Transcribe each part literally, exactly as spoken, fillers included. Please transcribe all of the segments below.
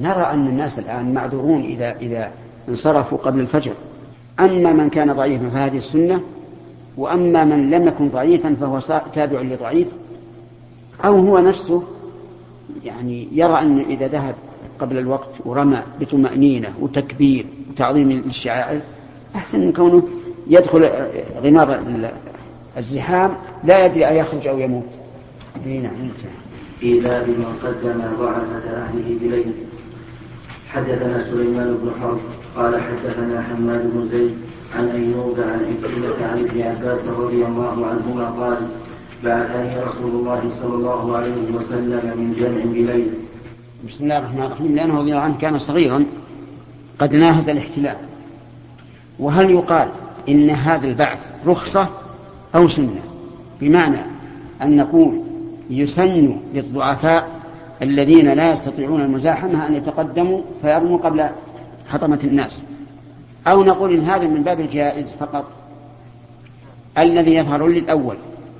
نرى أن الناس الآن معذورون إذا, إذا انصرفوا قبل الفجر. أما من كان ضعيفا فهذه السنة، وأما من لم يكن ضعيفا فهو تابع لضعيف، أو هو نفسه يعني يرى أن إذا ذهب قبل الوقت ورمى بطمأنينة وتكبير وتعظيم للشعائر أحسن من كونه يدخل غمار الزحام لا يدري أن يخرج أو يموت. إذا بمن قدم ضعفة أهله بليل. حدثنا سليمان بن حرب قال حدثنا حماد بن زيد عن أيوب عن عكرمة عن ابن عباس رضي الله عنهما قال بعثني رسول الله صلى الله عليه وسلم من جمع بليل. بسم الله الرحمن الرحيم. لأنه رضي الله عنه كان صغيرا قد ناهز الاحتلام. وهل يقال إن هذا البعث رخصة أو سنة؟ بمعنى أن نقول يسن للضعفاء الذين لا يستطيعون المزاحمة أن يتقدموا فيرموا قبل حطمة الناس، أو نقول إن هذا من باب الجائز فقط. الذي يظهر للأول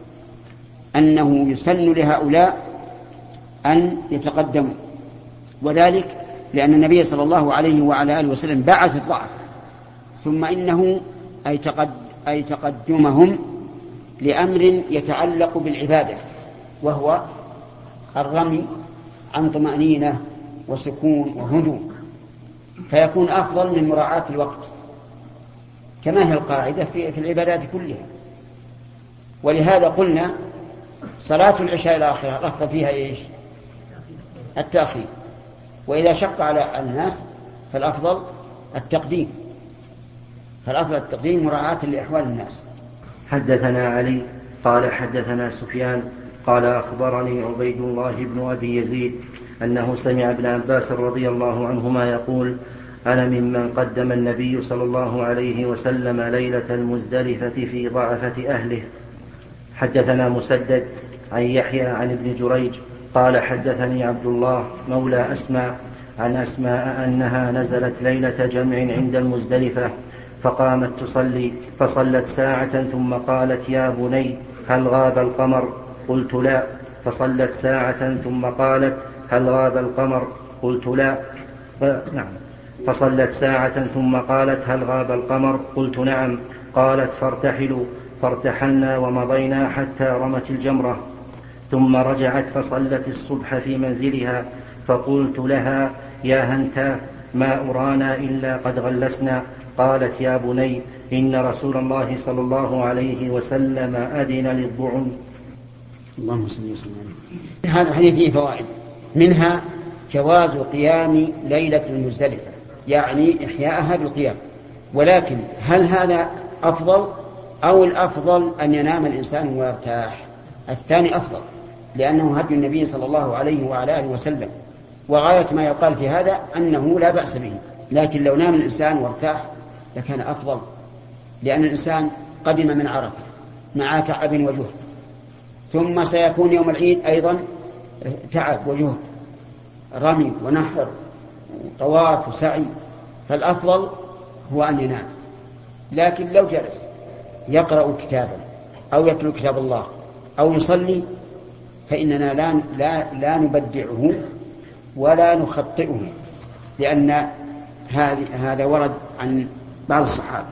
أنه يسن لهؤلاء أن يتقدموا، وذلك لأن النبي صلى الله عليه وعلى آله وسلم بعث الضعف، ثم إنه أي, تقد أي تقدمهم لأمر يتعلق بالعبادة، وهو الرمي عن طمأنينة وسكون وهدوء، فيكون أفضل من مراعاة الوقت كما هي القاعدة في, في العبادات كلها. ولهذا قلنا صلاة العشاء الآخرة الأفضل فيها إيش؟ التأخير، وإذا شق على الناس فالأفضل التقديم، فالأفضل التقديم مراعاة لأحوال الناس. حدثنا علي قال حدثنا سفيان قال أخبرني عبيد الله بن أبي يزيد أنه سمع ابن عباس رضي الله عنهما يقول أنا ممن قدم النبي صلى الله عليه وسلم ليلة المزدلفة في ضعفة أهله. حدثنا مسدد عن يحيى عن ابن جريج قال حدثني عبد الله مولى أسماء عن أسماء أنها نزلت ليلة جمع عند المزدلفة فقامت تصلي فصلت ساعة ثم قالت يا بني هل غاب القمر؟ قلت لا. فصلت ساعة ثم قالت هل غاب القمر؟ قلت لا. ف... نعم. فصلت ساعة ثم قالت هل غاب القمر؟ قلت نعم. قالت فارتحلوا، فارتحلنا ومضينا حتى رمت الجمرة، ثم رجعت فصلت الصبح في منزلها، فقلت لها يا هنتا ما أرانا إلا قد غلسنا. قالت يا بني إن رسول الله صلى الله عليه وسلم أذن للضعن. اللهم صل وسلم عليه. هذا الحديث فيه فوائد، منها جواز قيام ليلة المزدلفة، يعني إحياءها بالقيام، ولكن هل هذا أفضل أو الأفضل أن ينام الإنسان ويرتاح؟ الثاني أفضل، لأنه هدي النبي صلى الله عليه وعلى آله وسلم، وغاية ما يقال في هذا أنه لا بأس به، لكن لو نام الإنسان وارتاح لكان أفضل، لأن الإنسان قدم من عرفة مع تعب وجهد، ثم سيكون يوم العيد أيضا تعب وجهد، رمي ونحر وطواف وسعي، فالأفضل هو أن ينام. لكن لو جلس يقرأ كتابا أو يتلو كتاب الله أو يصلي فإننا لا, لا, لا نبدعه ولا نخطئه، لأن هذا ورد عن بعض الصحابة.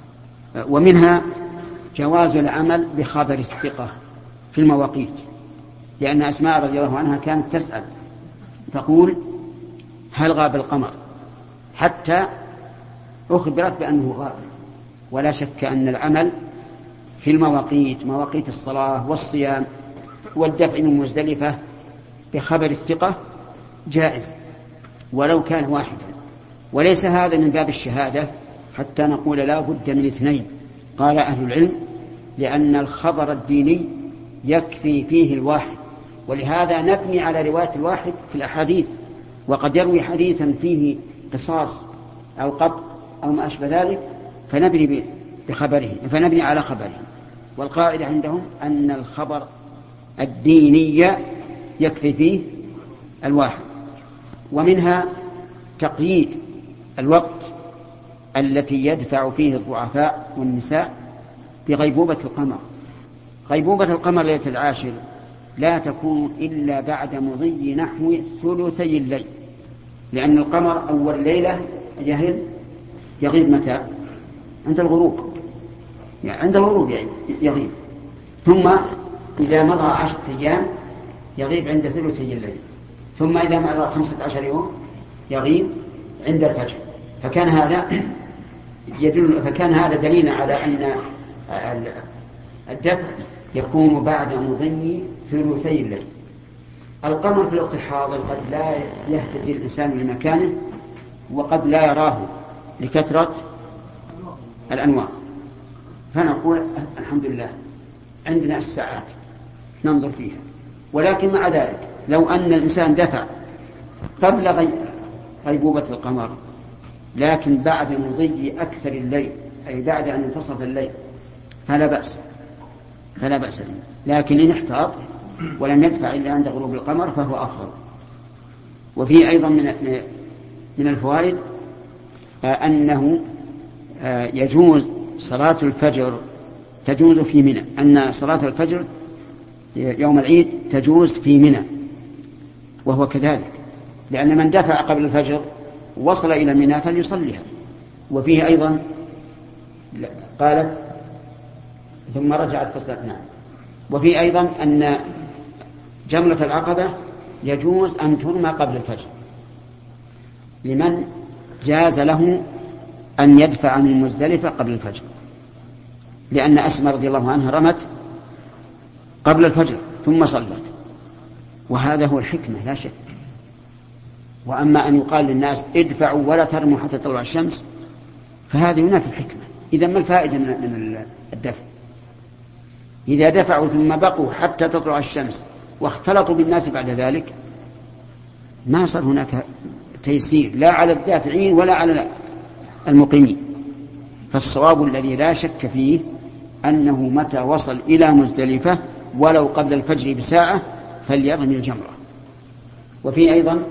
ومنها جواز العمل بخبر الثقة في المواقيت، لأن أسماء رضي الله عنها كانت تسأل تقول هل غاب القمر، حتى أخبرت بأنه غاب. ولا شك أن العمل في المواقيت، مواقيت الصلاة والصيام والدفع من مزدلفة بخبر الثقة جائز ولو كان واحدا، وليس هذا من باب الشهادة حتى نقول لا بد من اثنين. قال أهل العلم لأن الخبر الديني يكفي فيه الواحد، ولهذا نبني على رواية الواحد في الأحاديث، وقد يروي حديثا فيه قصاص أو قطع أو ما أشبه ذلك فنبني بخبره فنبني على خبره. والقاعدة عندهم أن الخبر الديني يكفي فيه الواحد. ومنها تقييد الوقت التي يدفع فيه الضعفاء والنساء بغيبوبة القمر. غيبوبة القمر ليلة العاشر لا تكون إلا بعد مضي نحو ثلثي الليل، لأن القمر أول ليلة جهل يغيب متى؟ عند الغروب، يعني عند الغروب يعني يغيب، ثم إذا مضى عشرة أيام يغيب عند ثلثي الليل، ثم إذا مضى خمسة عشر يوم يغيب عند الفجر. فكان هذا يدل فكان هذا دليلا على أن الدفع يكون بعد مضي ثلثي الليل. القمر في الوقت الحاضر قد لا يهتدي الإنسان لمكانه، وقد لا يراه لكثرة الأنوار، فنقول الحمد لله عندنا الساعات ننظر فيها. ولكن مع ذلك لو أن الإنسان دفع قبل غيبوبة القمر لكن بعد مضي أكثر الليل، أي بعد أن انتصف الليل، فلا بأس فلا بأس به. لكن إن احتاط ولم يدفع إلا عند غروب القمر فهو أفضل. وفيه أيضا من من الفوائد أنه يجوز صلاة الفجر تجوز في منى، أن صلاة الفجر يوم العيد تجوز في منى، وهو كذلك، لأن من دفع قبل الفجر وصل إلى منى فليصليها. وفيه أيضا قالت ثم رجعت فصلت. نعم. وفيه أيضا أن جمرة العقبة يجوز أن ترمى قبل الفجر لمن جاز له أن يدفع من مزدلفة قبل الفجر، لأن أسماء رضي الله عنها رمت قبل الفجر ثم صلت، وهذا هو الحكمة لا شك. وأما أن يقال للناس ادفعوا ولا ترموا حتى تطلع الشمس فهذا ينافي الحكمة. إذا ما الفائدة من الدفع؟ إذا دفعوا ثم بقوا حتى تطلع الشمس واختلطوا بالناس بعد ذلك ما صار هناك تيسير لا على الدافعين ولا على المقيمين. فالصواب الذي لا شك فيه أنه متى وصل إلى مزدلفة ولو قبل الفجر بساعة فليرمي الجمرة. وفي أيضا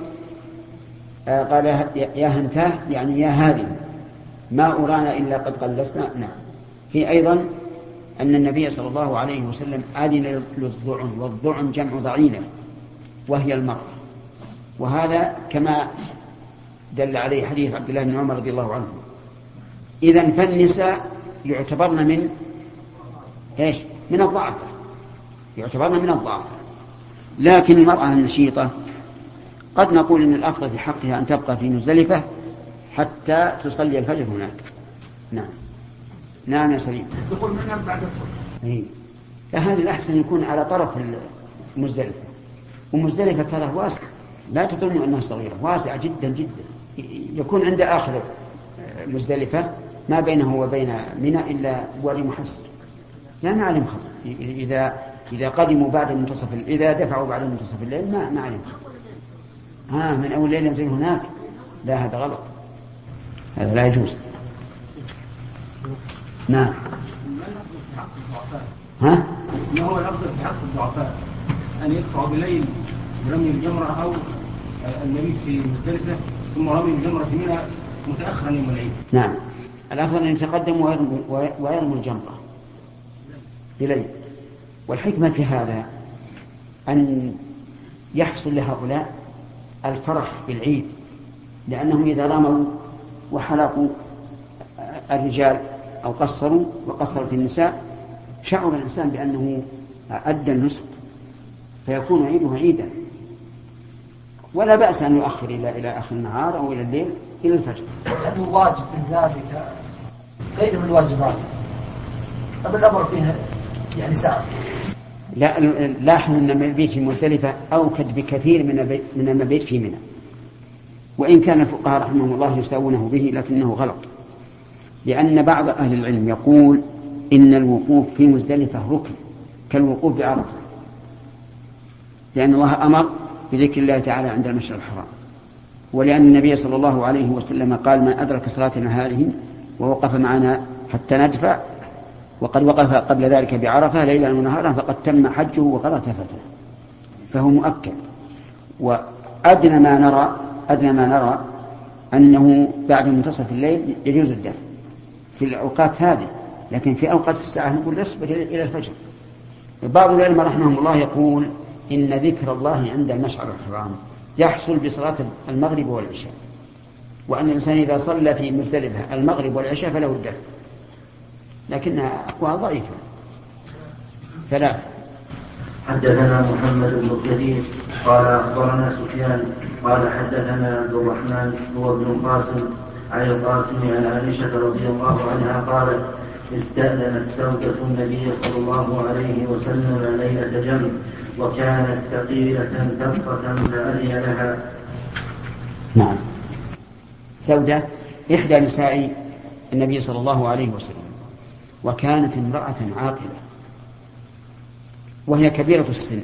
قال يا هنتاه يعني يا هذه ما أرانا إلا قد قلسنا. نعم. في أيضا أن النبي صلى الله عليه وسلم أذن للضعن، والضعن جمع ضعينة وهي المرأة، وهذا كما دل عليه حديث عبد الله بن عمر رضي الله عنه. إذن فالنساء يعتبرن من إيش؟ من الضعفة، يعتبرن من الضعفة. لكن المرأة النشيطة قد نقول إن الأفضل في حقها أن تبقى في مزدلفة حتى تصلي الفجر هناك. نعم. نعم يا سليم. يقول منام بعد الصبح. إيه. لا، هذا الأحسن يكون على طرف المزدلفة، ومزدلفة ترى واسعة، لا تظن أنها صغيرة، واسعة جدا جدا. يكون عند آخر مزدلفة ما بينه وبين منى إلا وادي محسر، لا معلم خطر. إذا إذا قدموا بعد منتصف إذا دفعوا بعد منتصف الليل ما ما علم خطر. ها من أول ليلة يمزل هناك، لا هذا غلط، هذا لا يجوز. نعم. ها؟ ما هو الأفضل في حق الضعفاء؟ أن يدفعوا بليل برمي الجمرة أو المبيت في مزدلفة ثم رمي الجمرة في منى متأخرا يوم العيد؟ نعم. الأفضل أن يتقدم ويرمي الجمرة بليل. والحكمة في هذا أن يحصل لهؤلاء الفرح بالعيد، لأنهم إذا رموا وحلقوا الرجال أو قصروا وقصرت النساء شعر الإنسان بأنه أدى النسك، فيكون عيده عيدا. ولا بأس أن يؤخر إلى إلى آخر النهار أو إلى الليل إلى الفجر. هذا واجب من ذلك غير من الواجبات، طب الأمر فيها يعني ساعة. لا، لاحظوا أن المبيت في مزدلفة أوكد بكثير من من المبيت في منى، وإن كان الفقهاء رحمهم الله يساوونه به لكنه غلط، لأن بعض أهل العلم يقول إن الوقوف في مزدلفة ركن كالوقوف بعرفة، لأن الله أمر بذكر الله تعالى عند المشعر الحرام، ولأن النبي صلى الله عليه وسلم قال من أدرك صلاتنا هذه ووقف معنا حتى ندفع وقد وقف قبل ذلك بعرفة ليلا ونهارا فقد تم حجه وقضى تفته، فهو مؤكد. وأدنى ما نرى أدنى ما نرى أنه بعد منتصف الليل يجوز الدفع في الأوقات هذه، لكن في أوقات الساعة نقول اصبر إلى الفجر. بعض العلماء رحمهم الله يقول إن ذكر الله عند المشعر الحرام يحصل بصلاة المغرب والعشاء، وأن الإنسان إذا صلى في مزدلفة المغرب والعشاء فله الدفع، لكنها أقوى ضعيفة. ثلاثة. حدثنا محمد بن كثير قال أخبرنا سفيان قال حدثنا عبد الرحمن هو ابن القاسم عن القاسم عن عائشة رضي الله عنها قالت استأذنت سودة النبي صلى الله عليه وسلم ليلة جمع وكانت ثقيلة دقة فأذن لها. نعم. سودة إحدى نساء النبي صلى الله عليه وسلم، وكانت امرأة عاقلة وهي كبيرة السن،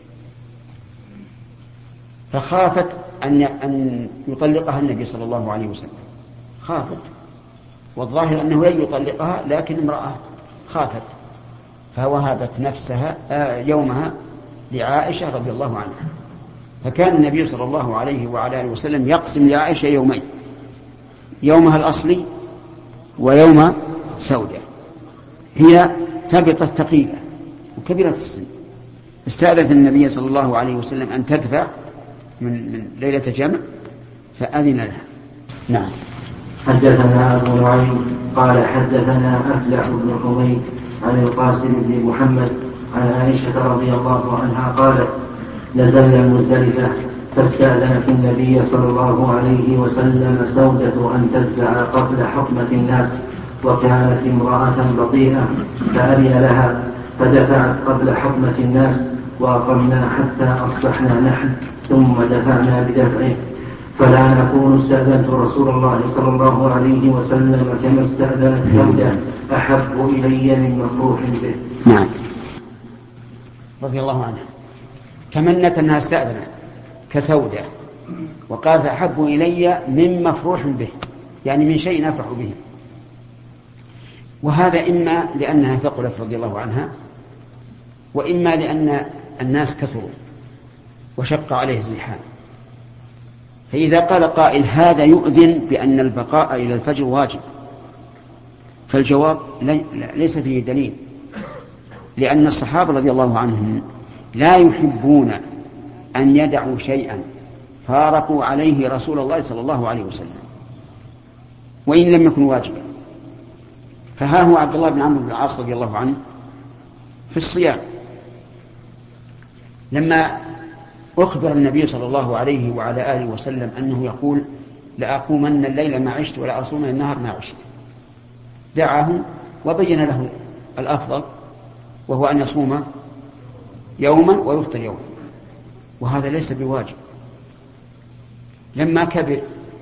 فخافت أن أن يطلقها النبي صلى الله عليه وسلم، خافت، والظاهر أنه لن يطلقها، لكن امرأة خافت فوهبت نفسها يومها لعائشة رضي الله عنها. فكان النبي صلى الله عليه وعلى آله وسلم يقسم لعائشة يومين، يومها الأصلي ويوم سودة. هي ثبتت ثقيلة وكبيرة السن، استأذنت النبي صلى الله عليه وسلم أن تدفع من, من ليلة جمع فأذن لها. نعم. حدثنا أبو نعيم قال حدثنا أفلح بن حميد عن القاسم بن محمد عن عائشة رضي الله عنها قالت نزلنا مزدلفة فاستأذنت النبي صلى الله عليه وسلم سودة أن تدفع قبل حطمة الناس، وكانت امرأة بطيئة فأذن لها فدفعت قبل حطمة الناس، وأقمنا حتى أصبحنا نحن ثم دفعنا بدفعه، فلا نكون استأذنت رسول الله صلى الله عليه وسلم كما استأذنت سودة أحب إلي من مفروح به. نعم. رضي الله عنها تمنت أنها استأذنت كسودة، وقالت أحب إلي من مفروح به، يعني من شيء نفرح به. وهذا إما لأنها ثقلت رضي الله عنها، وإما لأن الناس كثروا وشق عليه الزحام. فإذا قال قائل هذا يؤذن بأن البقاء إلى الفجر واجب، فالجواب ليس فيه دليل، لأن الصحابة رضي الله عنهم لا يحبون أن يدعوا شيئا فارقوا عليه رسول الله صلى الله عليه وسلم وإن لم يكن واجبا. فها هو عبد الله بن عمرو بن العاص رضي الله عنه في الصيام لما أخبر النبي صلى الله عليه وعلى آله وسلم أنه يقول لأقومن الليل ما عشت ولا أصومن النهار ما عشت، دعاه وبين له الأفضل وهو أن يصوم يوما ويفطر يوما، وهذا ليس بواجب. لما كبر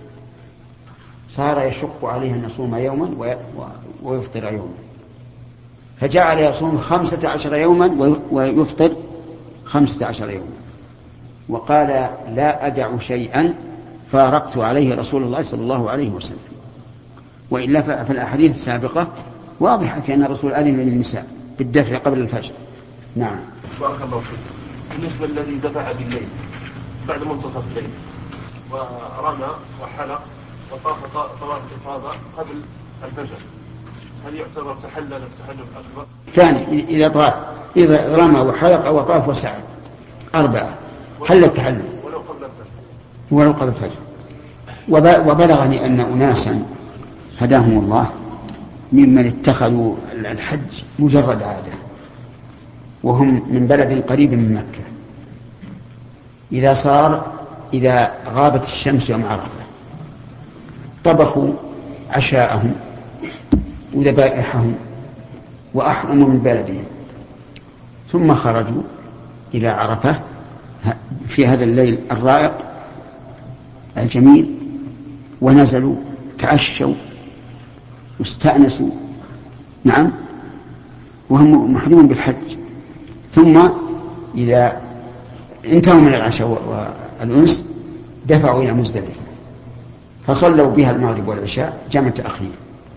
صار يشق عليه أن يصوم يوما ويفطر يوما، فجعل يصوم خمسة عشر يوما ويفطر خمسة عشر يوما، وقال لا أدع شيئا فارقت عليه رسول الله صلى الله عليه وسلم. وإلا فالأحاديث السابقة واضحة في أن الرسول أذن للنساء بالدفع قبل الفجر. نعم. بارك الله فيك. بالنسبة الذي دفع بالليل بعد منتصف الليل ورمى وحلق وطاف طواف الإفاضة قبل الفجر، هل يعتبر تحلل التحلل الأكبر؟ ثاني إذا طاف إذا رمى وحلق وطاف وسعى أربعة حل التحلل ولو قبل الفجر. ولو قبل الفجر. وبلغني أن أناسا هداهم الله ممن اتخذوا الحج مجرد عادة، وهم من بلد قريب من مكة، إذا صار إذا غابت الشمس يوم عرفة طبخوا عشاءهم وذبائحهم وأحرموا من بلدهم، ثم خرجوا إلى عرفة في هذا الليل الرائق الجميل، ونزلوا تعشوا واستأنسوا، نعم، وهم محرمون بالحج. ثم إذا انتهوا من العشاء والأنس دفعوا إلى مزدلفة فصلوا بها المغرب والعشاء جمع تأخير،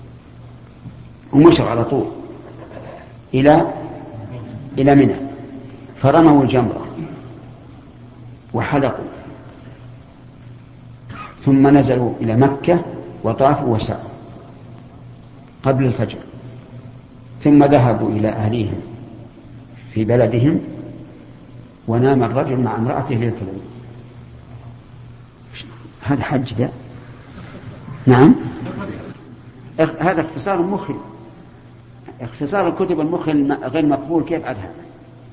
ومشوا على طول إلى إلى منى فرموا الجمرة وحلقوا، ثم نزلوا إلى مكة وطافوا وسعوا قبل الفجر، ثم ذهبوا إلى أهليهم في بلدهم، ونام الرجل مع امرأته ليلة العيد هذا حج ده. نعم، هذا اختصار مخل، اختصار الكتب المخل غير مقبول. كيف عاد هذا؟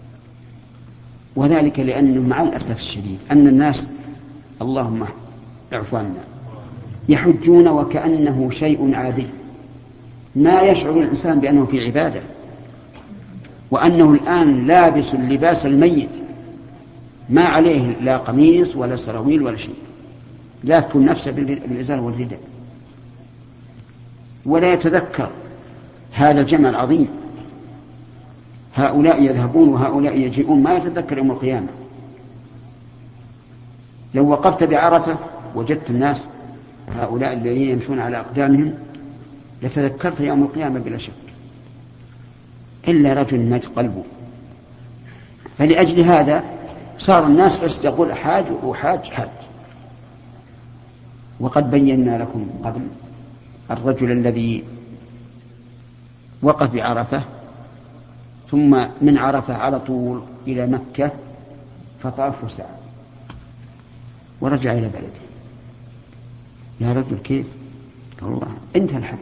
وذلك لأنه مع الأسف الشديد أن الناس، اللهم اعف عنا، يحجون وكأنه شيء عادي، ما يشعر الإنسان بأنه في عبادة، وأنه الآن لابس اللباس الميت، ما عليه لا قميص ولا سراويل ولا شيء، لكن نفسه بالإزار والرداء، ولا يتذكر هذا الجمع العظيم. هؤلاء يذهبون وهؤلاء يجيئون، ما يتذكر يوم القيامة. لو وقفت بعرفة وجدت الناس هؤلاء الذين يمشون على أقدامهم لتذكرت يوم القيامة بلا شك، إلا رجل مات قلبه. فلأجل هذا صار الناس بس يقول حاج وحاج حاج. وقد بينا لكم قبل الرجل الذي وقف بعرفة ثم من عرفة على طول إلى مكة فطاف وسعى ورجع إلى بلده. يا رجل كيف؟ قال الله انتهى الحج،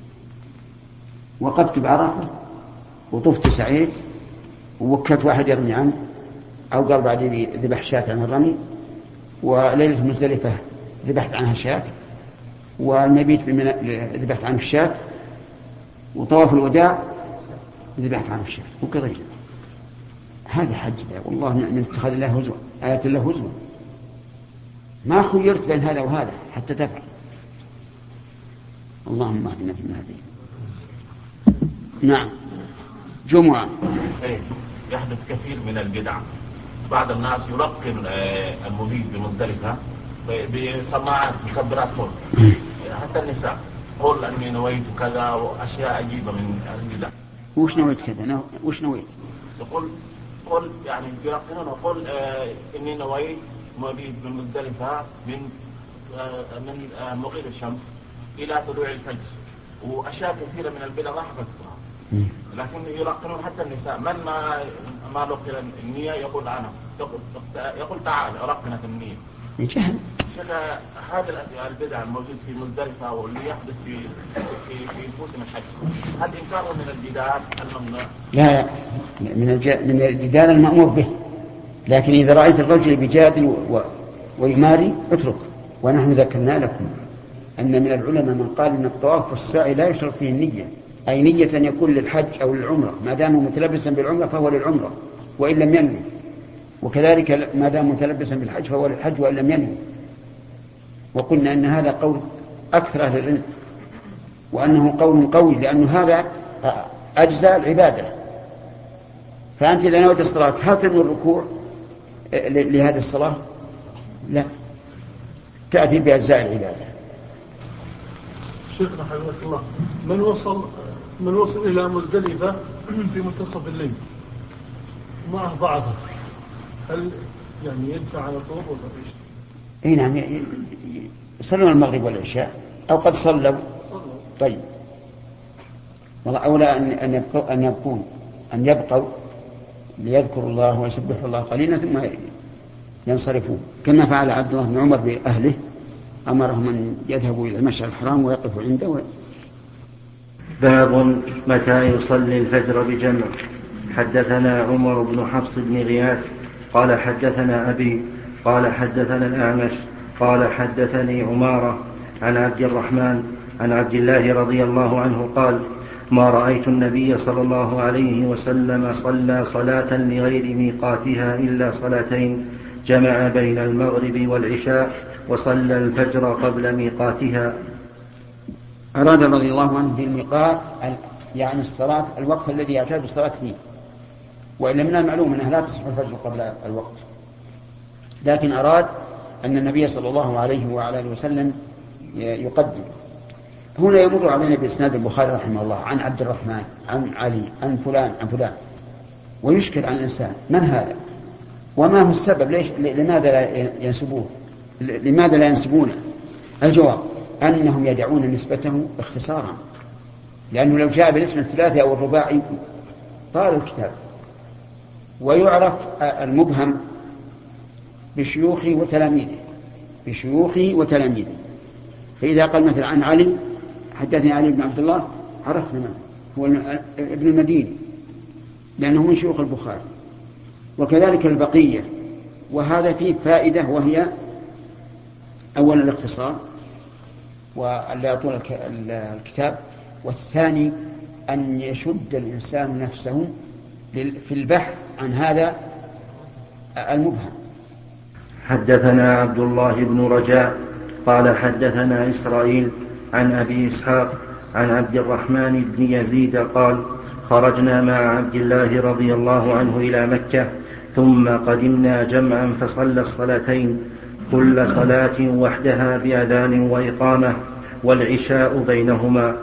وقفت بعرفة وطفت سعيد ووكلت واحد يرمي عنه، أو قال بعدين ذبح شاة عن الرمي، وليلة مزدلفة ذبحت عنها شاة، والمبيت ذبحت عنه الشاة، وطواف الوداع ذبحت عنه الشاة وكذا. هذا حج ده والله من اتخاذ الله هزوا، آيات الله هزوا. ما خيرت بين هذا وهذا حتى تفعل. اللهم اهدنا فيمن هديت. نعم، جمعة. يحدث كثير من البدع. بعض الناس يلقن المبيت بمزدلفة بسماعات مكبرات صوت، حتى النساء قل أني نويت كذا وأشياء عجيبة من البدع. وش نويت كذا؟ وش نويت؟ يقول قل يعني يلقنون وقل آه إني نويت مبيت بمزدلفة من آه من آه مغيب الشمس إلى طلوع الفجر، وأشياء كثيرة من البدع ما حفظتها. لكن يلقنون حتى النساء، من ما ما لقن النية يقول أنا يقول, يقول تعال لقنت النية. جهل. شيخ هذا البدع الموجود في مزدلفة واللي يحدث في في في موسم الحج، هل إنكاره من الجدال الممنوع؟ لا، من الج... من الجدال المأمور به، لكن إذا رأيت الرجل بجادل و... ويماري اترك. ونحن ذكرنا لكم أن من العلماء من قال أن الطواف والسعي لا يشرط فيه النية، أي نية أن يكون للحج أو للعمرة، ما دام متلبسا بالعمرة فهو للعمرة وإن لم ينوي، وكذلك ما دام متلبسا بالحج فهو للحج وإن لم ينوي. وقلنا أن هذا قول أكثر أهل العلم، وأنه قول قوي، لأن هذا أجزاء العبادة. فأنت إذا نويت الصلاة هل تنوي الركوع لهذه الصلاة؟ لا، تأتي بأجزاء العبادة. شيخنا حفظك الله، من وصل من وصل إلى مزدلفة في منتصف الليل معه ضعفه، هل يعني يدفع على طول ولا ايش؟ اي نعم، يصلون المغرب والعشاء او قد صلوا. طيب، والله اولى ان ان يبقوا ان يبقون ان يبقوا ليذكروا الله ويسبحوا الله قليلا ثم ينصرفون، كما فعل عبد الله بن عمر باهله، امرهم ان يذهبوا الى المشعر الحرام ويقفوا عنده و... باب متى يصلي الفجر بجمع. حدثنا عمر بن حفص بن غياث قال حدثنا أبي قال حدثنا الأعمش قال حدثني عمارة عن عبد الرحمن عن عبد الله رضي الله عنه قال ما رأيت النبي صلى الله عليه وسلم صلى صلاة لغير ميقاتها إلا صلاتين، جمع بين المغرب والعشاء وصلى الفجر قبل ميقاتها. أراد رضي الله عنه بالميقات يعني الصلاة الوقت الذي يعتاد الصلاة فيه، وإلا من المعلوم أنها لا تصح الفجر قبل الوقت، لكن أراد أن النبي صلى الله عليه وعلى آله وسلم يقدم. هنا يمر علينا بإسناد البخاري رحمه الله عن عبد الرحمن عن علي عن فلان عن فلان، ويشكل عن الإنسان من هذا وما هو السبب، ليش لماذا لا ينسبوه لماذا لا ينسبونه؟ الجواب أنهم يدعون نسبته اختصارا، لأنه لو جاء بالاسم الثلاثي أو الرباعي طال الكتاب. ويعرف المبهم بشيوخه وتلاميذه، بشيوخه وتلاميذه. فإذا قال مثلا عن علي حدثني علي بن عبد الله عرفنا من هو ابن المديني لأنه من شيوخ البخاري، وكذلك البقية. وهذا فيه فائدة، وهي أولا الاختصار ولا يطول الكتاب، والثاني أن يشد الإنسان نفسه في البحث عن هذا المبهم. حدثنا عبد الله بن رجاء قال حدثنا إسرائيل عن أبي إسحاق عن عبد الرحمن بن يزيد قال خرجنا مع عبد الله رضي الله عنه إلى مكة ثم قدمنا جمعا فصلى الصلاتين كل صلاة وحدها بأذان وإقامة والعشاء بينهما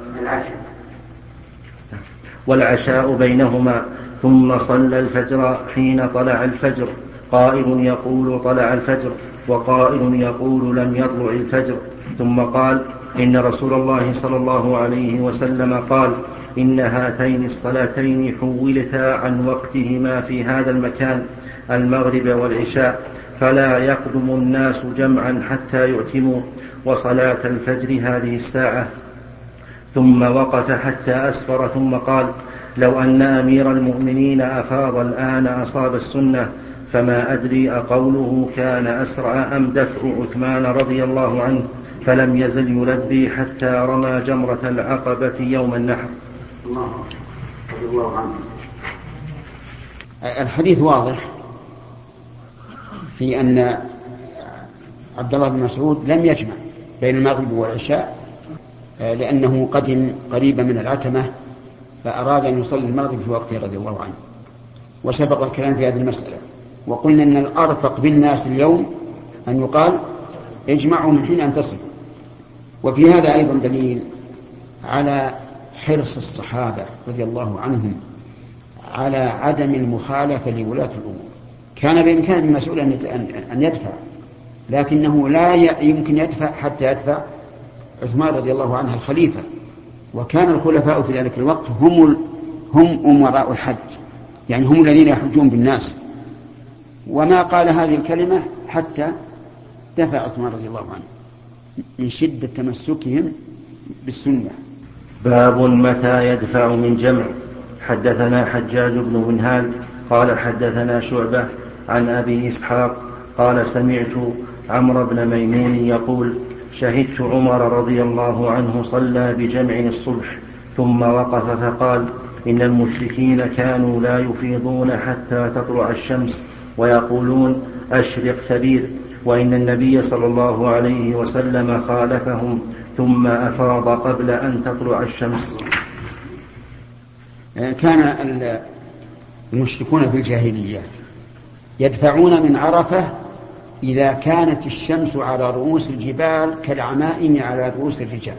والعشاء بينهما ثم صلى الفجر حين طلع الفجر، قائل يقول طلع الفجر وقائل يقول لم يطلع الفجر، ثم قال إن رسول الله صلى الله عليه وسلم قال إن هاتين الصلاتين حولتا عن وقتهما في هذا المكان المغرب والعشاء، فلا يقدم الناس جمعا حتى يؤتموا، وصلاة الفجر هذه الساعة. ثم وقف حتى أسفر ثم قال لو أن أمير المؤمنين أفاض الآن أصاب السنة، فما أدري أقوله كان أسرع أم دفع عثمان رضي الله عنه، فلم يزل يلبي حتى رمى جمرة العقبة يوم النحر. الله الله عنه. الحديث واضح في أن عبد الله بن مسعود لم يجمع بين المغرب والعشاء لأنه قدم قريبا من العتمة فأراد أن يصلي المغرب في وقته رضي الله عنه، وسبق الكلام في هذه المسألة. وقلنا أن الأرفق بالناس اليوم أن يقال اجمعوا من حين أن تصلوا. وفي هذا أيضا دليل على حرص الصحابة رضي الله عنهم على عدم المخالفة لولاة الأمور. كان بإمكان ابن مسعود أن يدفع، لكنه لا يمكن يدفع حتى يدفع عثمان رضي الله عنه الخليفة، وكان الخلفاء في ذلك الوقت هم هم أمراء الحج، يعني هم الذين يحجون بالناس. وما قال هذه الكلمة حتى دفع عثمان رضي الله عنه من شدة تمسكهم بالسنة. باب متى يدفع من جمع. حدثنا حجاج بن منهال قال حدثنا شعبة عن أبي إسحاق قال سمعت عمرو بن ميمون يقول شهدت عمر رضي الله عنه صلى بجمع الصبح ثم وقف فقال إن المشركين كانوا لا يفيضون حتى تطلع الشمس ويقولون أشرق ثبير، وإن النبي صلى الله عليه وسلم خالفهم ثم أفاض قبل أن تطلع الشمس. كان المشركون في الجاهلية يدفعون من عرفة إذا كانت الشمس على رؤوس الجبال كالعمائم على رؤوس الرجال،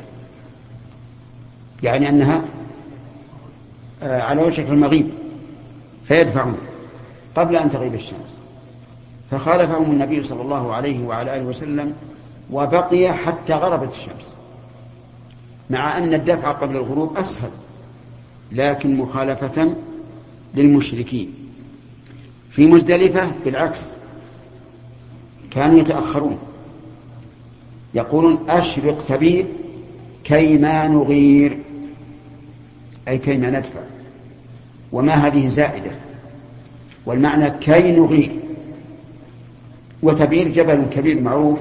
يعني أنها على وشك المغيب، فيدفعون قبل أن تغيب الشمس. فخالفهم النبي صلى الله عليه وعلى آله وسلم وبقي حتى غربت الشمس، مع أن الدفع قبل الغروب أسهل، لكن مخالفة للمشركين. في مزدلفة بالعكس كانوا يتأخرون، يقولون أشرق ثبير كيما نغير، أي كيما ندفع، وما هذه زائدة، والمعنى كي نغير. وثبير جبل كبير معروف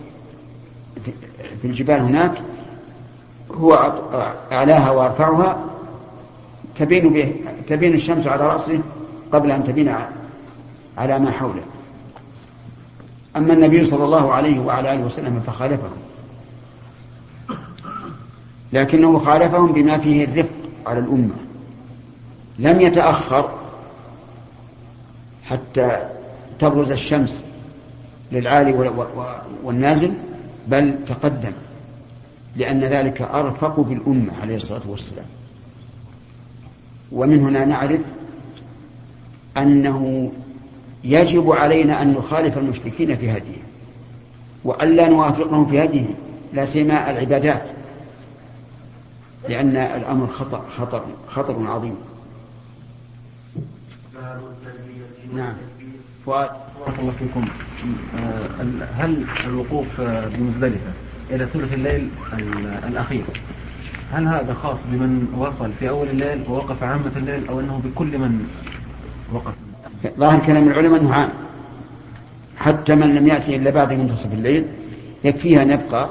في الجبال هناك، هو أعلاها وأرفعها، تبين, به تبين الشمس على رأسه قبل أن تبين على ما حوله. أما النبي صلى الله عليه وعلى آله وسلم فخالفهم، لكنه خالفهم بما فيه الرفق على الأمة، لم يتأخر حتى تبرز الشمس للعالي والنازل، بل تقدم، لأن ذلك أرفق بالأمة عليه الصلاة والسلام. ومن هنا نعرف أنه يجب علينا أن نخالف المشركين في هديهم، وألا نوافقهم في هديهم، لا سيما العبادات، لأن الأمر خطر خطر خطر عظيم. نعم. فؤاد. بارك الله فيكم. هل الوقوف بمزدلفة إلى ثلث الليل الأخير هل هذا خاص بمن وصل في أول الليل ووقف عامة الليل أو أنه بكل من وقف؟ ظاهر كلام العلماء أنه عام، حتى من لم يأتي إلا بعد منتصف الليل يكفيها أن يبقى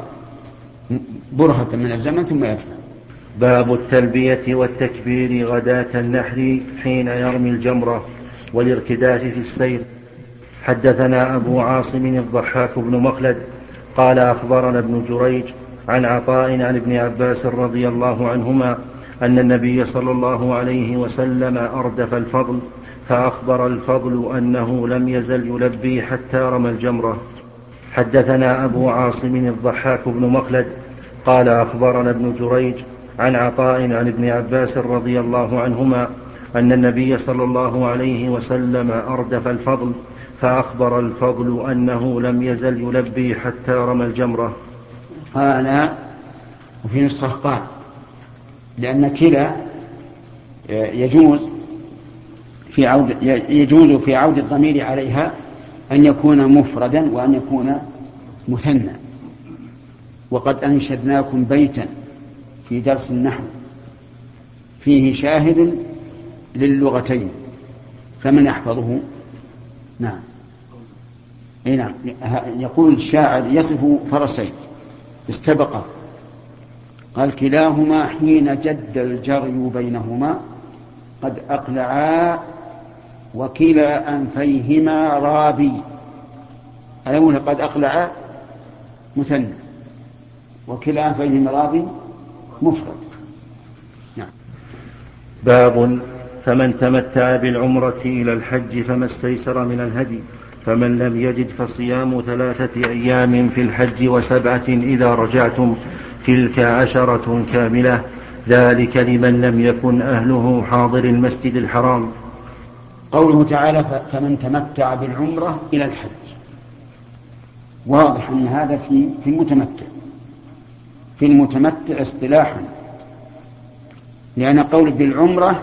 برهة من الزمن ثم يدفع. باب التلبية والتكبير غداة النحر حين يرمي الجمرة والارتداد في السير. حدثنا أبو عاصم الضحاك بن مخلد قال أخبرنا ابن جريج عن عطاء عن ابن عباس رضي الله عنهما أن النبي صلى الله عليه وسلم أردف الفضل فأخبر الفضل أنه لم يزل يلبي حتى رمى الجمرة. حدثنا أبو عاصم الضحاك بن مخلد قال أخبرنا ابن جريج عن عطاء عن ابن عباس رضي الله عنهما أن النبي صلى الله عليه وسلم أردف الفضل فأخبر الفضل أنه لم يزل يلبي حتى رمى الجمرة. قال وفي نسخة قال، لأن كلا يجوز في عود يجوز في عود الضمير عليها أن يكون مفردا وأن يكون مثنى. وقد أنشدناكم بيتا في درس النحو فيه شاهد للغتين فمن يحفظه؟ نعم اي نعم. يقول الشاعر يصف فرسين استبقا قال كلاهما حين جد الجري بينهما قد أقلعا وكلا أنفيهما رابي. الأول قد أقلعا مثنى وكلا أنفيهما رابي مفرد. نعم. باب فمن تمتع بالعمرة إلى الحج فما استيسر من الهدي فمن لم يجد فصيام ثلاثة أيام في الحج وسبعة إذا رجعتم تلك عشرة كاملة ذلك لمن لم يكن أهله حاضر المسجد الحرام. قوله تعالى فمن تمتع بالعمرة إلى الحج، واضح أن هذا في في المتمتع في المتمتع اصطلاحا، لأن قول بالعمرة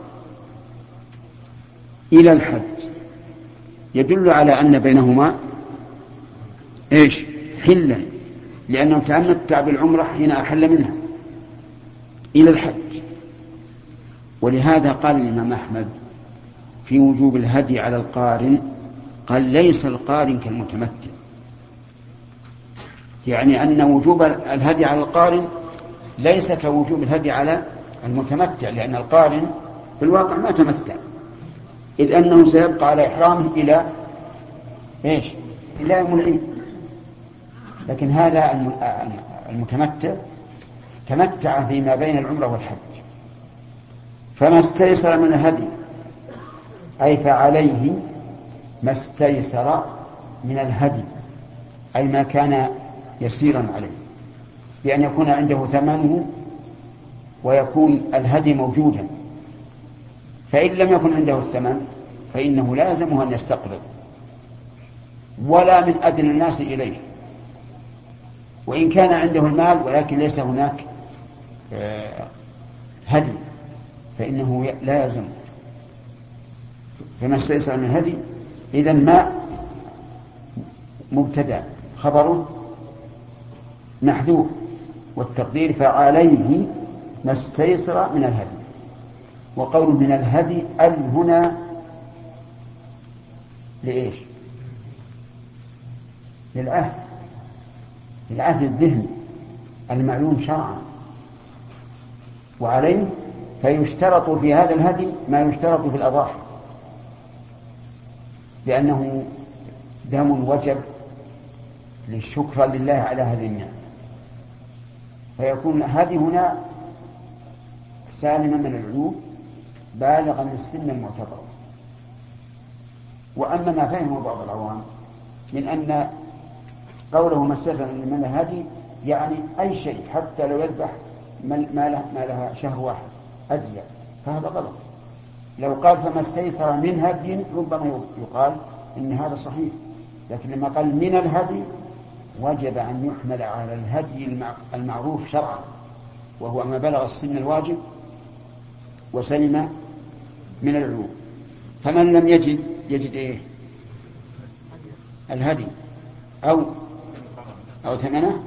إلى الحج يدل على أن بينهما إيش؟ حلا، لأنه تمتع بالعمرة حين أحل منها إلى الحج. ولهذا قال الإمام أحمد في وجوب الهدي على القارن قال ليس القارن كالمتمتع، يعني أن وجوب الهدي على القارن ليس كوجوب الهدي على المتمتع، لأن القارن في الواقع ما تمتع، إذ أنه سيبقى على إحرامه إلى إيش؟ إلى يوم العيد. لكن هذا المتمتع تمتع فيما بين العمرة والحج. فما استيسر من الهدي أي فعليه ما استيسر من الهدي، أي ما كان يسيرا عليه، بأن يكون عنده ثمنه ويكون الهدي موجودا. فإن لم يكن عنده الثمن فإنه لا يلزمه أن يستقرض ولا من أدنى الناس إليه، وإن كان عنده المال ولكن ليس هناك هدي فإنه لا يلزمه. فما استيسر من الهدي إذن ما مبتدأ خبره محذوف، والتقدير فعليه ما استيسر من الهدي. وقول من الهدي ال هنا لإيش؟ للعهد، للعهد الذهني المعلوم شرعا. وعليه فيشترط في هذا الهدي ما يشترط في الأضاحي، لأنه دم وجب للشكر لله على هذه النعمة، فيكون هذه هنا سالما من العيوب بالغا السن المعتبر. وأما ما فهمه بعض العوام من أن قوله ما استيسر من الهدي يعني أي شيء حتى لو يذبح ما لها شهر واحد أجزاء، فهذا غلط. لو قال فما استيسر من هدي ربما يقال إن هذا صحيح، لكن لما قال من الهدي وجب أن يحمل على الهدي المعروف شرعا، وهو ما بلغ السن الواجب وسلم من العيوب. فمن لم يجد يجد إيه؟ الهدي أو أو ثمنه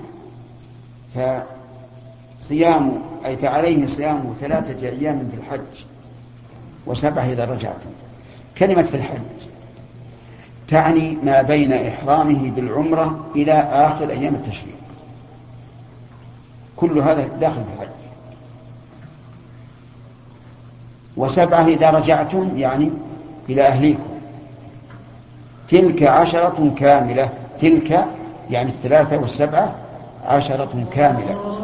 فصيام أي فعليه صيام ثلاثة أيام في الحج وسبعة إذا رجعتم. كلمة في الحج تعني ما بين إحرامه بالعمرة إلى آخر أيام التشريق، كل هذا داخل في الحج. وسبعة إذا رجعتم يعني إلى أهليكم، تلك عشرة كاملة، تلك يعني الثلاثة والسبعة عشرة كاملة.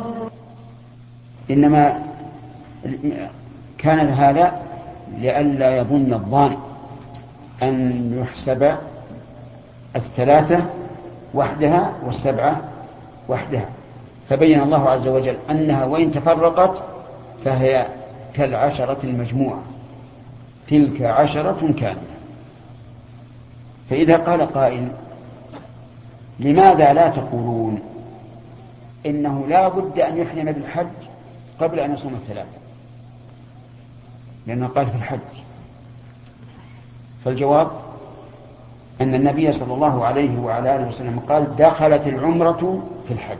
إنما كان هذا لئلا يظن الظان أن يحسب الثلاثة وحدها والسبعة وحدها، فبين الله عز وجل أنها وإن تفرقت فهي كالعشرة المجموعة، تلك عشرة كاملة. فإذا قال قائل لماذا لا تقولون إنه لا بد أن يحرم بالحج قبل أن يصوم الثلاثة، لأنه قال في الحج؟ فالجواب أن النبي صلى الله عليه وعلى آله وسلم قال دخلت العمرة في الحج،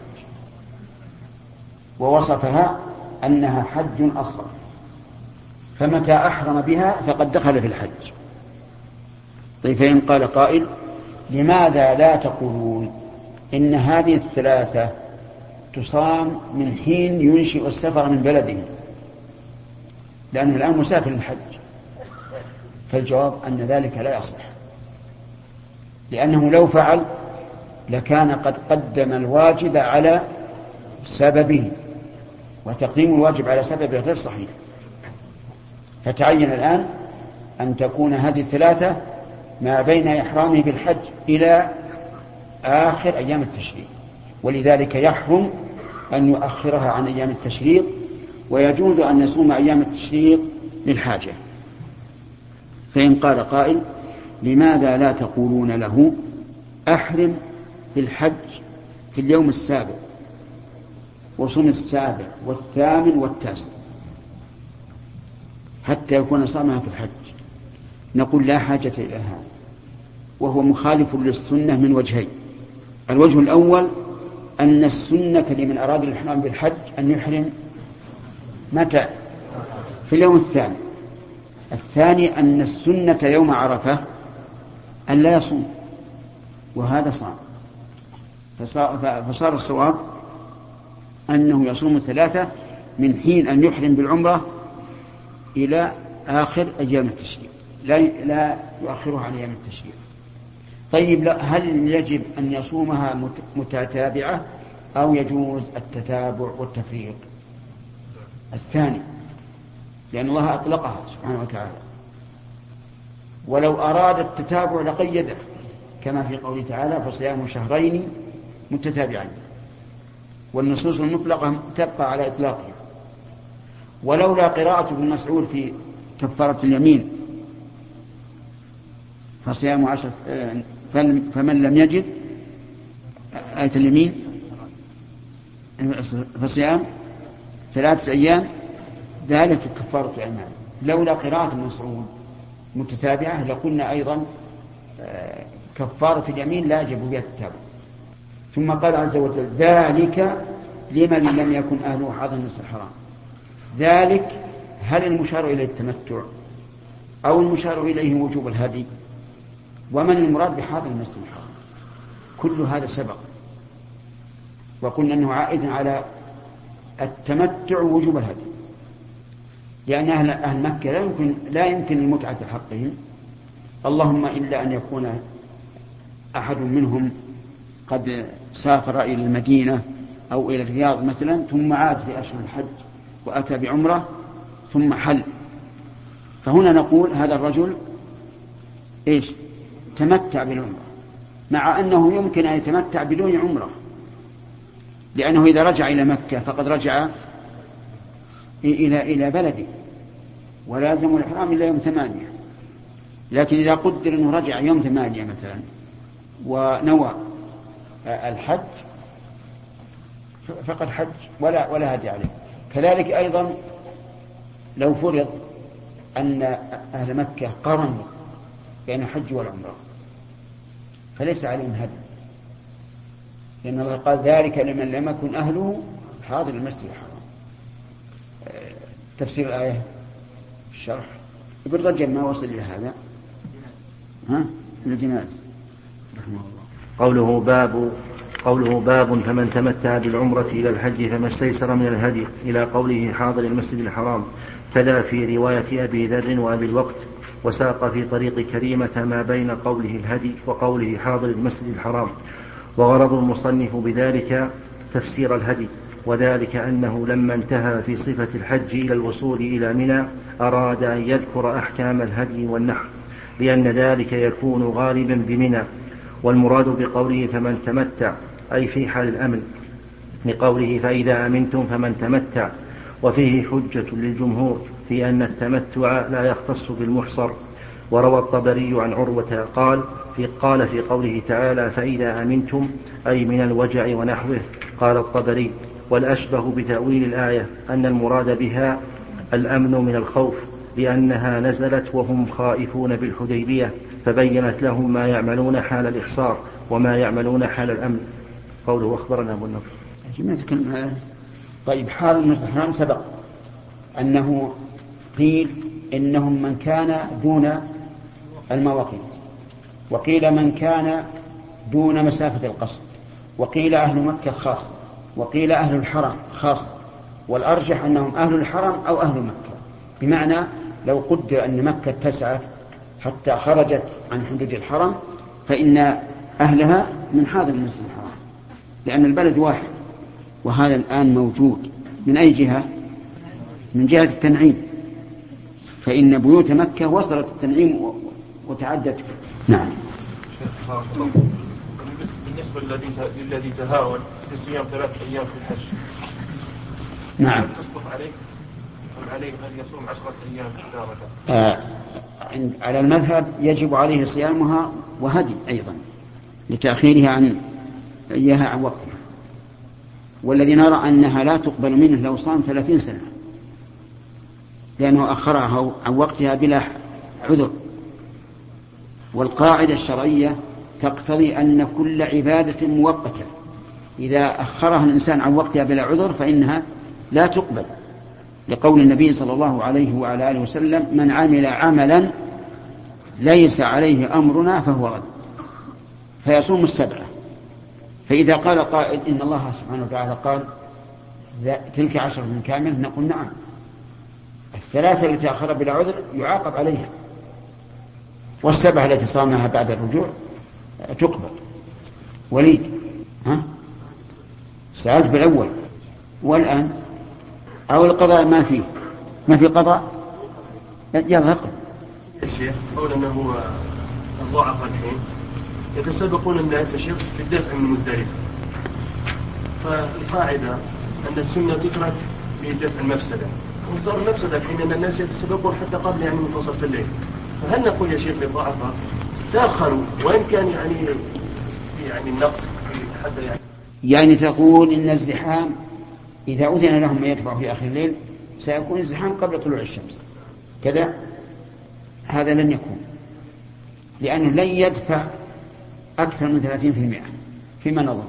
ووصفها أنها حج أصغر، فمتى أحرم بها فقد دخل في الحج. طيب فإن قال قائل لماذا لا تقولون إن هذه الثلاثة تصام من حين ينشئ السفر من بلده، لأنه الآن مسافر الحج؟ فالجواب أن ذلك لا يصح، لأنه لو فعل لكان قد قدم الواجب على سببه، وتقديم الواجب على سببه غير صحيح. فتعين الآن أن تكون هذه الثلاثة ما بين إحرامه بالحج إلى آخر أيام التشريق، ولذلك يحرم أن يؤخرها عن أيام التشريق، ويجوز أن يصوم أيام التشريق للحاجة. فإن قال قائل لماذا لا تقولون له أحرم بالحج في اليوم السابع وصوم السابع والثامن والتاسع حتى يكون صامها في الحج، نقول لا حاجة إلى هذا، وهو مخالف للسنة من وجهين. الوجه الأول أن السنة لمن أراد الإحرام بالحج أن يحرم متى؟ في اليوم الثاني. الثاني أن السنة يوم عرفة أن لا يصوم، وهذا صام، فصار الصواب أنه يصوم الثلاثة من حين أن يحرم بالعمرة إلى آخر أيام التشريق، لا لا يؤخرها عن أيام التشريق. طيب لا، هل يجب أن يصومها متتابعة أو يجوز التتابع والتفريق؟ الثاني، لأن الله أطلقها سبحانه وتعالى، ولو أراد التتابع لقيده كما في قوله تعالى فصيام شهرين متتابعين، والنصوص المطلقة تبقى على إطلاقها. ولولا قراءة ابن مسعود في كفارة اليمين فصيام عشر فمن لم يجد آية اليمين فصيام ثلاثة أيام ذلك كفارة أيمان، لولا قراءة ابن مسعود متتابعة لقلنا أيضا كفارة اليمين لا يجب بها التتابع. ثم قال عز وجل ذلك لمن لم يكن أهله حاضر المسجد الحرام. ذلك هل المشار إليه التمتع أو المشار إليه وجوب الهدي؟ ومن المراد بحاضر المسجد الحرام؟ كل هذا سبق، وقلنا أنه عائد على التمتع ووجوب الهدي، لأن أهل, أهل مكة لا يمكن, لا يمكن المتعة بحقهم، اللهم إلا أن يكون أحد منهم قد سافر إلى المدينة أو إلى الرياض مثلا ثم عاد في أشهر الحج وأتى بعمرة ثم حل، فهنا نقول هذا الرجل إيش؟ تمتع بالعمرة، مع أنه يمكن أن يتمتع بدون عمرة، لأنه إذا رجع إلى مكة فقد رجع إلى إلى بلده ولازم الإحرام إلا يوم ثمانية. لكن إذا قدر أنه رجع يوم ثمانية مثلا ونوى الحج فقد حج ولا ولا هدي عليه. كذلك أيضا لو فرض أن أهل مكة قرنوا بين الحج والعمرة فليس عليهم هدي، لأن الله قال ذلك لمن لم يكن أهله حاضر المسجد الحرام. تفسير الآية الشرح ابن رجب ما وصل إلى هذا، ها الجناز رحمه الله. قوله باب قوله باب فمن تمتع بالعمرة إلى الحج فما استيسر من الهدي إلى قوله حاضر المسجد الحرام، كذا في رواية أبي ذر وأبي الوقت، وساق في طريق كريمة ما بين قوله الهدي وقوله حاضر المسجد الحرام. وغرض المصنف بذلك تفسير الهدي، وذلك أنه لما انتهى في صفة الحج إلى الوصول إلى منى أراد أن يذكر أحكام الهدي والنحر، لأن ذلك يكون غالبا بمنى. والمراد بقوله فمن تمتع أي في حال الأمن، لقوله فإذا أمنتم فمن تمتع، وفيه حجة للجمهور في أن التمتع لا يختص بالمحصر. وروى الطبري عن عروة قال في, قال في قوله تعالى فإذا أمنتم أي من الوجع ونحوه. قال الطبري والأشبه بتأويل الآية أن المراد بها الأمن من الخوف، لأنها نزلت وهم خائفون بالحديبية، فبينت لهم ما يعملون حال الإحصار وما يعملون حال الأمن. قوله أخبرنا أبو النضر. طيب حال المسجد الحرام سبق أنه قيل إنهم من كان دون المواقيت، وقيل من كان دون مسافة القصر، وقيل أهل مكة خاص، وقيل أهل الحرم خاص، والأرجح أنهم أهل الحرم أو أهل مكة، بمعنى لو قدر أن مكة اتسعت حتى خرجت عن حدود الحرم فإن أهلها من حاضر المسجد الحرام، لأن البلد واحد. وهذا الآن موجود من أي جهة؟ من جهة التنعيم، فإن بيوت مكة وصلت التنعيم وتعدت. نعم. بالنسبة للذي تهاون في صيام ثلاث أيام في الحج، نعم، تسقط عليه أم عليه أن يصوم عشرة أيام في آه على المذهب يجب عليه صيامها وهدي أيضا لتأخيرها عن إياها عن وقتها، والذي نرى أنها لا تقبل منه لو صام ثلاثين سنة، لأنه أخرها عن وقتها بلا عذر. والقاعدة الشرعية تقتضي أن كل عبادة مؤقتة إذا أخرها الإنسان عن وقتها بلا عذر فإنها لا تقبل، لقول النبي صلى الله عليه وعلى آله وسلم من عمل عملا ليس عليه أمرنا فهو رد، فيصوم السبعة. فإذا قال قائل إن الله سبحانه وتعالى قال تلك عشرة من كامل، نقول نعم، الثلاثة التي أخر بلا عذر يعاقب عليها، والسبعة التي صامها بعد الرجوع تقبل. وليد ها سألت بالأول والآن أو القضاء ما فيه ما في قضاء، يلا اقرأ. الشيخ قول أنه الضعف الحين يتسابقون الناس الشيخ في الدفع من مزدلفة، فالقاعدة أن السنة تترك بدفع المفسدة، وصار المفسدة الحين أن الناس يتسابقون حتى قبل يعني منتصف الليل. فهل نقول يا شيخ للضعفاء تأخروا وإن كان يعني يعني النقص حتى يعني يعني تقول إن الزحام إذا أذن لهم أن يدفعوا في آخر الليل سيكون الزحام قبل طلوع الشمس كذا؟ هذا لن يكون، لأنه لن يدفع أكثر من ثلاثين في المئة فيما نظر.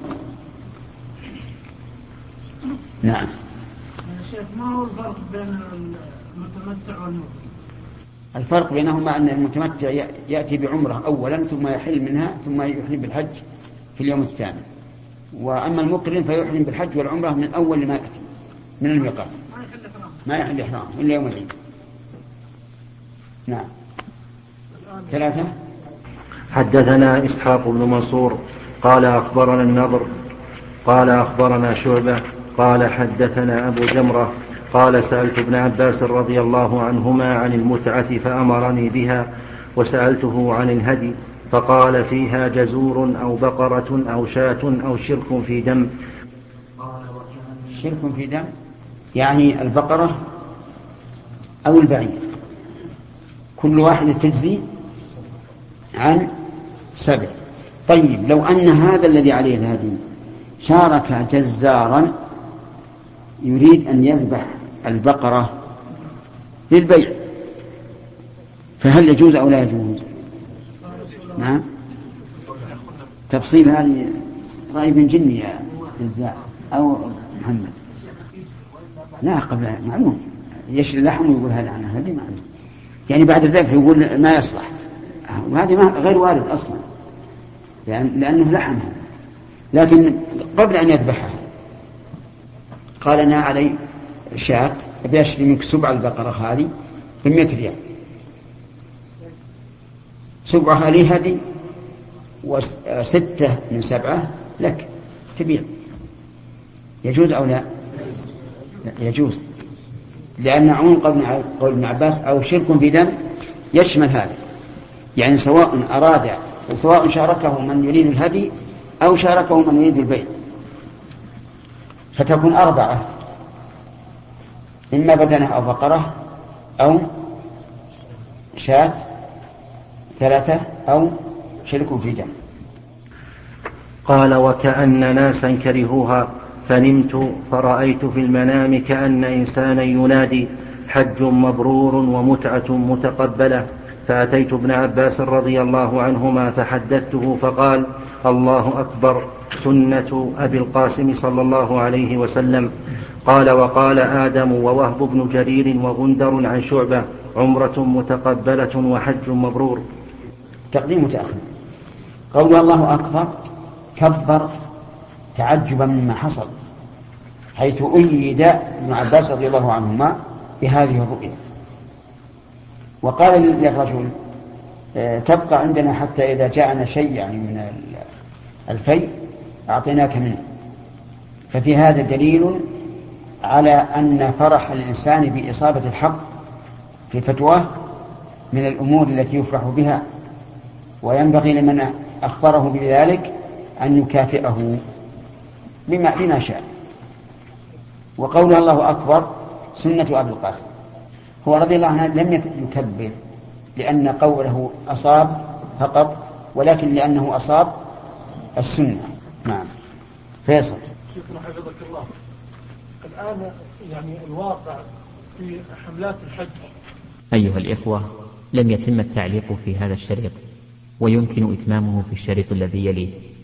نعم. شيخ ما هو الفرق بين المتمتع والمفرد؟ الفرق بينهما أن المتمتع يأتي بعمرة أولا ثم يحل منها ثم يحرم بالحج في اليوم الثامن، وأما المقرن فيحرم بالحج والعمرة من أول ما يأتي من الميقات، ما يحل إحرام إلا يوم العيد. نعم. ثلاثة. حدثنا إسحاق بن منصور قال أخبرنا النضر قال أخبرنا شعبة قال حدثنا أبو جمرة قال سألت ابن عباس رضي الله عنهما عن المتعة فأمرني بها، وسألته عن الهدي فقال فيها جزور أو بقرة أو شاة أو شرك في دم. شرك في دم يعني البقرة أو البعير، كل واحد تجزي عن سبع. طيب لو أن هذا الذي عليه الهدي شارك جزارا يريد أن يذبح البقرة للبيع، فهل يجوز أو لا يجوز؟ نعم. تفصيل هذه رأي بن جني يا جزاء أو محمد. لا قبل معلوم يشري اللحم ويقول هذا عنه هذه معلوم، يعني بعد الذبح يقول ما يصلح، وهذه ما غير وارد أصلا لأن لأنه لحمها. لكن قبل أن يذبحها قال أنا علي شاة أبي أشتري منك سبع البقرة هذه بمئة ريال، سبعها لي هذه وستة من سبعة لك تبيع، يجوز أو لا؟ يجوز، لأن عموم قول ابن عباس أو شرك في دم يشمل هذا، يعني سواء أراد سواء شاركه من يريد الهدي أو شاركه من يريد البيع، فتكون أربعة إما بدنة أو بقرة أو شاة، ثلاثة أو شرك في دم. قال وكأن ناسا كرهوها فنمت فرأيت في المنام كأن إنسانا ينادي حج مبرور ومتعة متقبلة، فأتيت ابن عباس رضي الله عنهما فحدثته فقال الله أكبر سنة أبي القاسم صلى الله عليه وسلم. قال وقال آدم ووهب بن جرير وغندر عن شعبة عمرة متقبلة وحج مبرور. تقديم متأخر. قول الله أكبر كبر تعجبا مما حصل، حيث أيد ابن عباس رضي الله عنهما بهذه الرؤية، وقال للرجل تبقى عندنا حتى إذا جاءنا شيء يعني من الفيء أعطيناك منه. ففي هذا دليل على أن فرح الإنسان بإصابة الحق في فتواه من الأمور التي يفرح بها، وينبغي لمن أخبره بذلك أن يكافئه بما, بما شاء. وقول الله أكبر سنة أبي القاسم، هو رضي الله عنه لم يكبر لأن قوله أصاب فقط، ولكن لأنه أصاب السنة. نعم. فيصل. شيخنا حفظك الله، الآن يعني الواقع في حملات الحج. أيها الإخوة، لم يتم التعليق في هذا الشريط، ويمكن إتمامه في الشريط الذي يليه.